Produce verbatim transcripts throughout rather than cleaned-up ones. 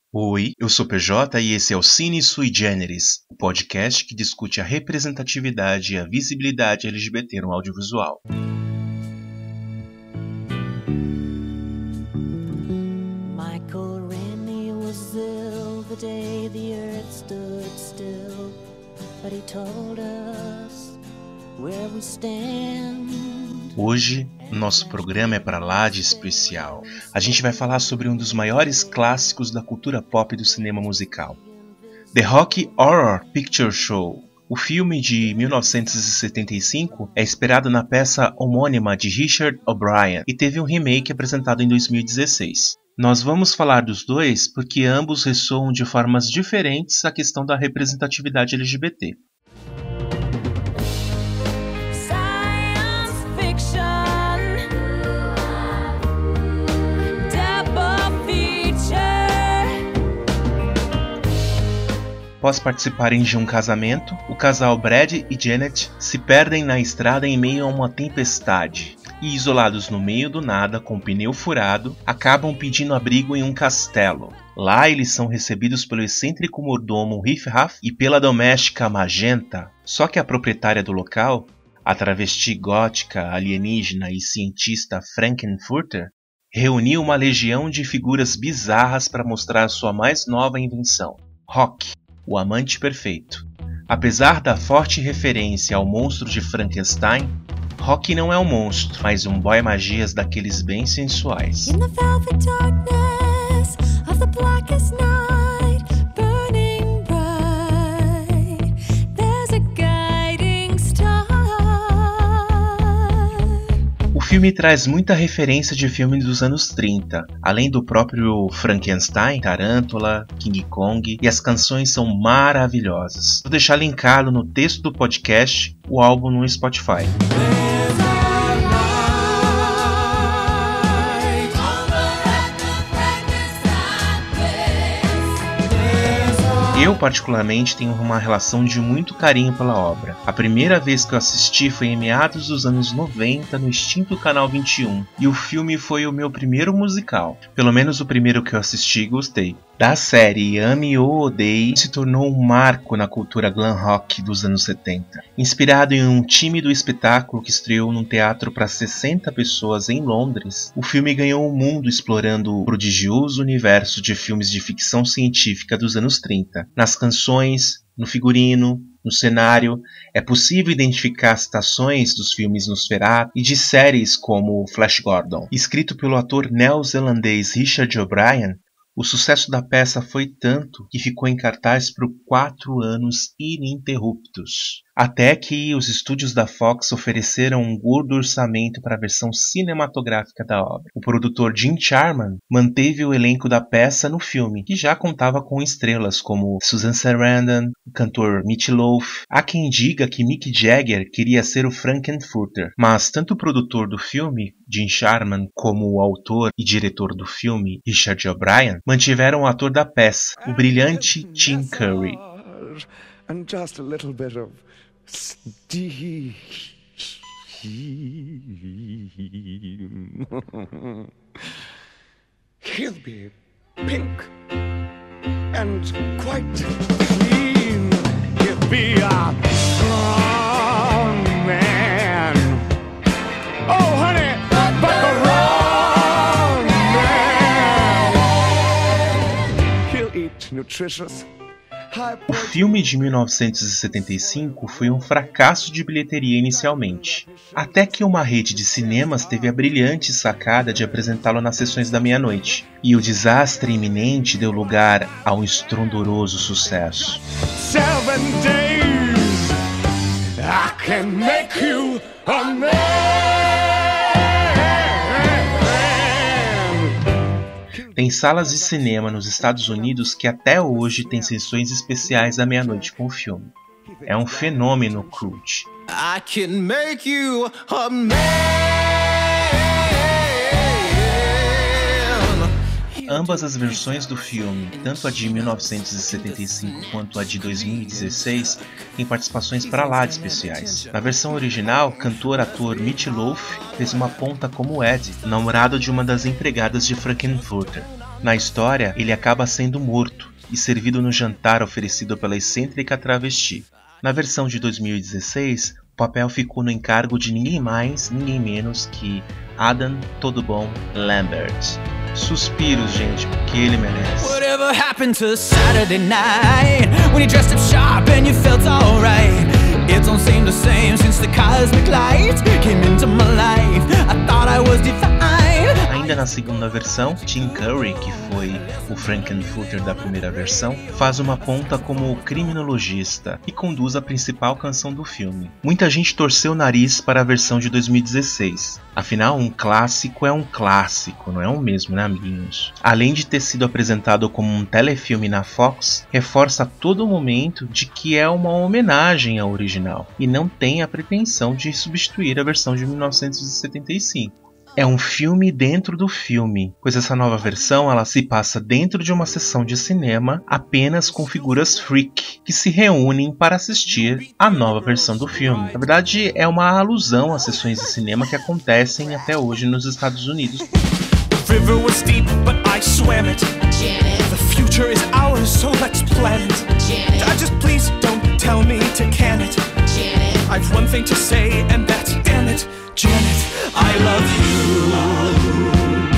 Oi, eu sou P J e esse é o Cine Sui Generis, o podcast que discute a representatividade e a visibilidade L G B T no audiovisual. Michael Rennie was ill the day the earth stood still, but he told us where we stand. Hoje, nosso programa é pra lá de especial. A gente vai falar sobre um dos maiores clássicos da cultura pop e do cinema musical. The Rocky Horror Picture Show. O filme de mil novecentos e setenta e cinco é inspirado na peça homônima de Richard O'Brien e teve um remake apresentado em dois mil e dezesseis. Nós vamos falar dos dois porque ambos ressoam de formas diferentes a questão da representatividade L G B T. Após participarem de um casamento, o casal Brad e Janet se perdem na estrada em meio a uma tempestade e, isolados no meio do nada com o pneu furado, acabam pedindo abrigo em um castelo. Lá eles são recebidos pelo excêntrico mordomo Riff Raff e pela doméstica Magenta, só que a proprietária do local, a travesti gótica, alienígena e cientista Frankenfurter, reuniu uma legião de figuras bizarras para mostrar sua mais nova invenção, Rocky, o amante perfeito. Apesar da forte referência ao monstro de Frankenstein, Rocky não é um monstro, mas um boy magias daqueles bem sensuais. In the velvet darkness of the blackest night, burning bright, there's a guiding star. O filme traz muita referência de filmes dos anos trinta, além do próprio Frankenstein, Tarântula, King Kong, e as canções são maravilhosas. Vou deixar linkado no texto do podcast o álbum no Spotify. Eu, particularmente, tenho uma relação de muito carinho pela obra. A primeira vez que eu assisti foi em meados dos anos noventa, no extinto Canal vinte e um, e o filme foi o meu primeiro musical. Pelo menos o primeiro que eu assisti e gostei. Da série Ame ou Odeie, se tornou um marco na cultura glam rock dos anos setenta. Inspirado em um tímido espetáculo que estreou num teatro para sessenta pessoas em Londres, o filme ganhou o mundo explorando o prodigioso universo de filmes de ficção científica dos anos trinta. Nas canções, no figurino, no cenário, é possível identificar citações dos filmes Nosferatu e de séries como Flash Gordon. Escrito pelo ator neozelandês Richard O'Brien, o sucesso da peça foi tanto que ficou em cartaz por quatro anos ininterruptos. Até que os estúdios da Fox ofereceram um gordo orçamento para a versão cinematográfica da obra. O produtor Jim Sharman manteve o elenco da peça no filme, que já contava com estrelas como Susan Sarandon, o cantor Meat Loaf. Há quem diga que Mick Jagger queria ser o Frankenfurter, mas tanto o produtor do filme, Jim Sharman, como o autor e diretor do filme, Richard O'Brien, mantiveram o ator da peça, o brilhante Tim Curry. And just a little bit of steam. He'll be pink and quite clean. He'll be a strong man. Oh, honey, but the wrong man. He'll eat nutritious. O filme de mil novecentos e setenta e cinco foi um fracasso de bilheteria inicialmente, até que uma rede de cinemas teve a brilhante sacada de apresentá-lo nas sessões da meia-noite, e o desastre iminente deu lugar a um estrondoroso sucesso. Seven days, I can make you a man. Tem salas de cinema nos Estados Unidos que até hoje têm sessões especiais à meia-noite com o filme. É um fenômeno cult. I can make you a man. Ambas as versões do filme, tanto a de mil novecentos e setenta e cinco quanto a de dois mil e dezesseis, têm participações pra lá de especiais. Na versão original, o cantor-ator Meat Loaf fez uma ponta como Ed, namorado de uma das empregadas de Frankenfurter. Na história, ele acaba sendo morto e servido no jantar oferecido pela excêntrica travesti. Na versão de dois mil e dezesseis, o papel ficou no encargo de ninguém mais, ninguém menos que Adam Todo Bom Lambert. Suspiros, gente, porque ele merece. Whatever happened to Saturday night when you dressed up sharp and you felt alright? It don't seem the same since the cosmic light came into my life. I thought I was divine. Ainda na segunda versão, Tim Curry, que foi o Frankenfurter da primeira versão, faz uma ponta como criminologista e conduz a principal canção do filme. Muita gente torceu o nariz para a versão de dois mil e dezesseis. Afinal, um clássico é um clássico, não é o mesmo, né, amiguinhos? Além de ter sido apresentado como um telefilme na Fox, reforça a todo momento de que é uma homenagem ao original e não tem a pretensão de substituir a versão de mil novecentos e setenta e cinco. É um filme dentro do filme, pois essa nova versão ela se passa dentro de uma sessão de cinema apenas com figuras freak que se reúnem para assistir a nova versão do filme. Na verdade, é uma alusão às sessões de cinema que acontecem até hoje nos Estados Unidos. The river was deep, but I swam it. The future is ours, so let's plan it. I just please don't tell me to can it. I've one thing to say, and that's damn it, Janet, I love you.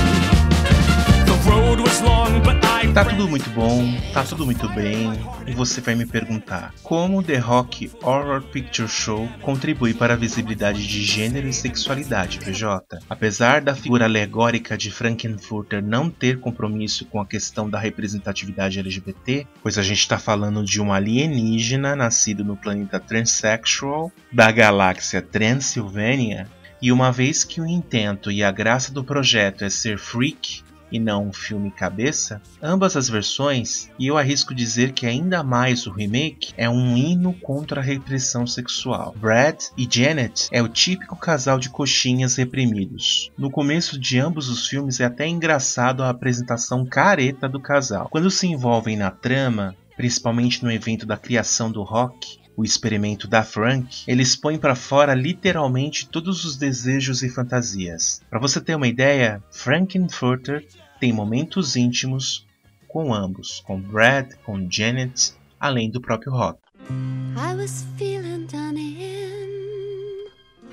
The road was long, but I... Tá tudo muito bom, tá tudo muito bem, e você vai me perguntar como The Rock Horror Picture Show contribui para a visibilidade de gênero e sexualidade, P J. Apesar da figura alegórica de Frankenfurter não ter compromisso com a questão da representatividade L G B T, pois a gente está falando de um alienígena nascido no planeta Transsexual da galáxia Transilvânia, e uma vez que o intento e a graça do projeto é ser freak e não um filme cabeça, ambas as versões, e eu arrisco dizer que ainda mais o remake, é um hino contra a repressão sexual. Brad e Janet é o típico casal de coxinhas reprimidos. No começo de ambos os filmes é até engraçado a apresentação careta do casal. Quando se envolvem na trama, principalmente no evento da criação do Rock, o experimento da Frank, eles põem para fora literalmente todos os desejos e fantasias. Para você ter uma ideia, Frankenfurter tem momentos íntimos com ambos, com Brad, com Janet, além do próprio Rock. I was feeling done in,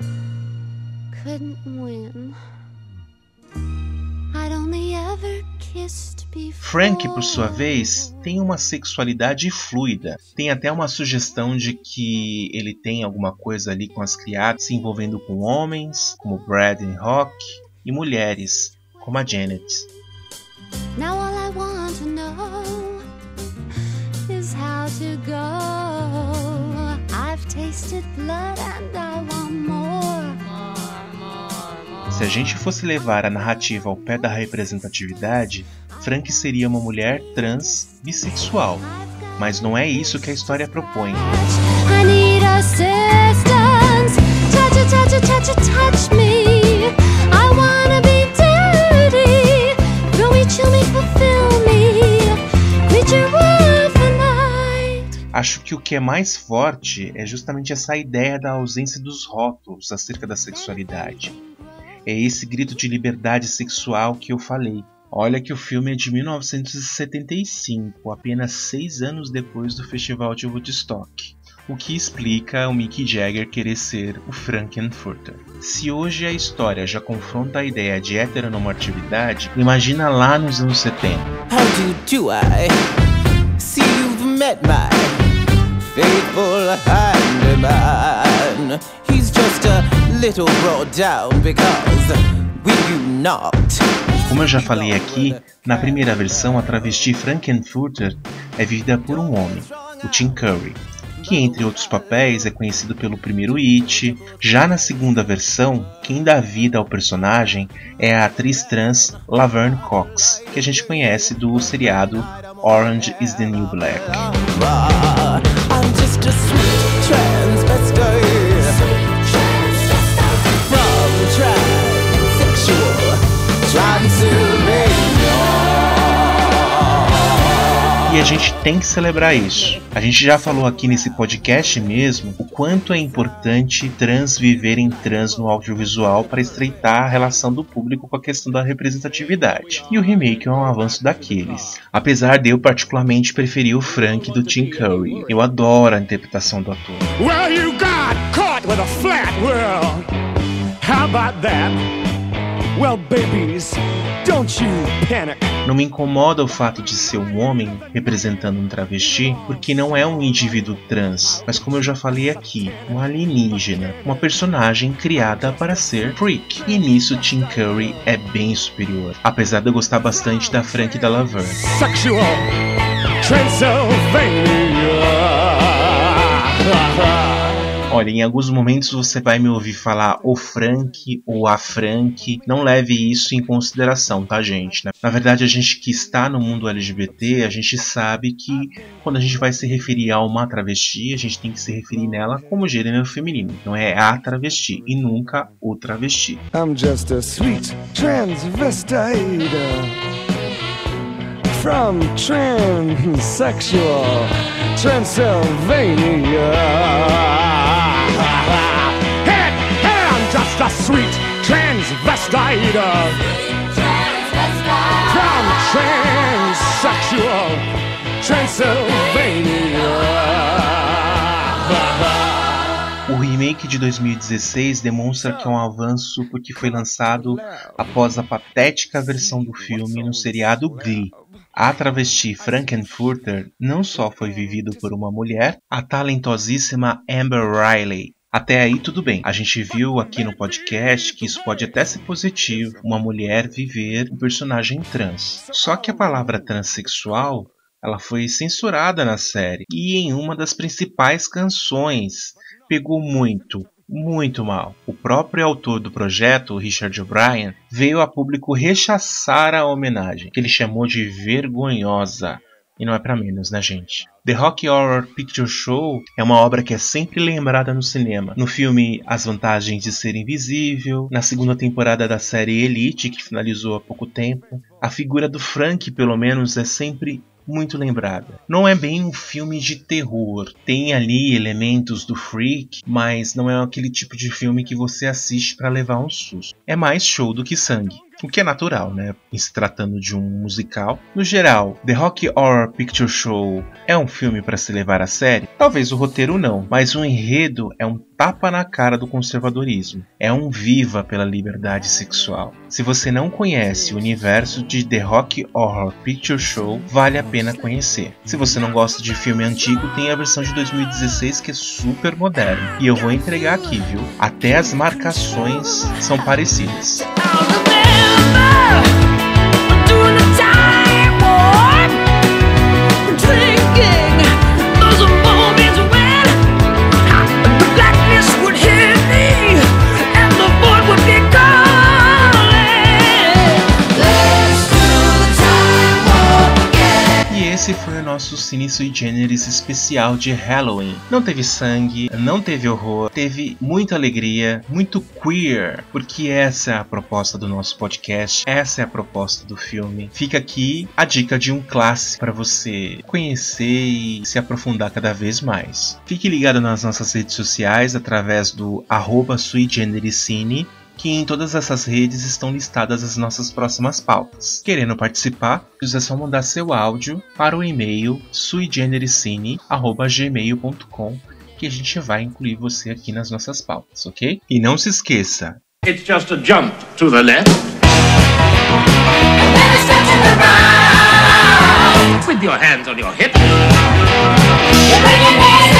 couldn't win. I'd only ever kissed before. Frank, por sua vez, tem uma sexualidade fluida. Tem até uma sugestão de que ele tem alguma coisa ali com as criadas, se envolvendo com homens, como Brad e Rock, e mulheres, como a Janet. Now all I want to know is how to go. I've tasted blood and I want more. Se a gente fosse levar a narrativa ao pé da representatividade, Frank seria uma mulher trans bissexual, mas não é isso que a história propõe. I need assistance. Touch, touch, touch, touch me. I wanna be dirty. Throw me, chill me, fulfill me. Creature of the night. Acho que o que é mais forte é justamente essa ideia da ausência dos rótulos acerca da sexualidade. É esse grito de liberdade sexual que eu falei. Olha que o filme é de mil novecentos e setenta e cinco, apenas seis anos depois do Festival de Woodstock, o que explica o Mick Jagger querer ser o Frankenfurter. Se hoje a história já confronta a ideia de heteronormatividade, imagina lá nos anos setenta. How do, do I see you've met my faithful handyman? He's just a little brought down because we you knocked. Como eu já falei aqui, na primeira versão a travesti Frankenfurter é vivida por um homem, o Tim Curry, que entre outros papéis é conhecido pelo primeiro It. Já na segunda versão, quem dá vida ao personagem é a atriz trans Laverne Cox, que a gente conhece do seriado Orange is the New Black. I'm just a sweet transvestite from transsexual Transylvania. E a gente tem que celebrar isso. A gente já falou aqui nesse podcast mesmo o quanto é importante trans viverem trans no audiovisual para estreitar a relação do público com a questão da representatividade. E o remake é um avanço daqueles. Apesar de eu particularmente preferir o Frank do Tim Curry. Eu adoro a interpretação do ator. Well, you got caught with a flat world. How about that? Well, babies, don't you panic. Não me incomoda o fato de ser um homem representando um travesti, porque não é um indivíduo trans, mas como eu já falei aqui, um alienígena, uma personagem criada para ser freak. E nisso Tim Curry é bem superior, apesar de eu gostar bastante da Frank e da Laverne. Sexual Transylvania. Olha, em alguns momentos você vai me ouvir falar o Frank ou a Frank. Não leve isso em consideração, tá, gente? Na verdade, a gente que está no mundo L G B T, a gente sabe que quando a gente vai se referir a uma travesti, a gente tem que se referir nela como gênero feminino. Então é a travesti e nunca o travesti. I'm just a sweet transvestite from transsexual Transylvania. Hey, hey, I'm just a sweet transvestite from transsexual Transylvania. O remake de dois mil e dezesseis demonstra que é um avanço porque foi lançado após a patética versão do filme no seriado Glee. A travesti Frankenfurter não só foi vivido por uma mulher, a talentosíssima Amber Riley. Até aí tudo bem, a gente viu aqui no podcast que isso pode até ser positivo, uma mulher viver um personagem trans. Só que a palavra transexual, ela foi censurada na série e em uma das principais canções. Pegou muito, muito mal. O próprio autor do projeto, Richard O'Brien, veio a público rechaçar a homenagem, que ele chamou de vergonhosa. E não é pra menos, né, gente? The Rocky Horror Picture Show é uma obra que é sempre lembrada no cinema. No filme As Vantagens de Ser Invisível, na segunda temporada da série Elite, que finalizou há pouco tempo, a figura do Frank, pelo menos, é sempre muito lembrada. Não é bem um filme de terror. Tem ali elementos do freak, mas não é aquele tipo de filme que você assiste para levar um susto. É mais show do que sangue. O que é natural, né? Em se tratando de um musical. No geral, The Rocky Horror Picture Show é um filme para se levar a sério? Talvez o roteiro não, mas o enredo é um tapa na cara do conservadorismo. É um viva pela liberdade sexual. Se você não conhece o universo de The Rocky Horror Picture Show, vale a pena conhecer. Se você não gosta de filme antigo, tem a versão de dois mil e dezesseis que é super moderna. E eu vou entregar aqui, viu? Até as marcações são parecidas. Esse foi o nosso Cine Sui Generis especial de Halloween. Não teve sangue, não teve horror, teve muita alegria, muito queer, porque essa é a proposta do nosso podcast, essa é a proposta do filme. Fica aqui a dica de um clássico para você conhecer e se aprofundar cada vez mais. Fique ligado nas nossas redes sociais através do arroba Sui Generis Cine, que em todas essas redes estão listadas as nossas próximas pautas. Querendo participar, é só mandar seu áudio para o e-mail sui generis cine arroba gmail ponto com que a gente vai incluir você aqui nas nossas pautas, ok? E não se esqueça, It's just a jump to the left. With your hands on your hips.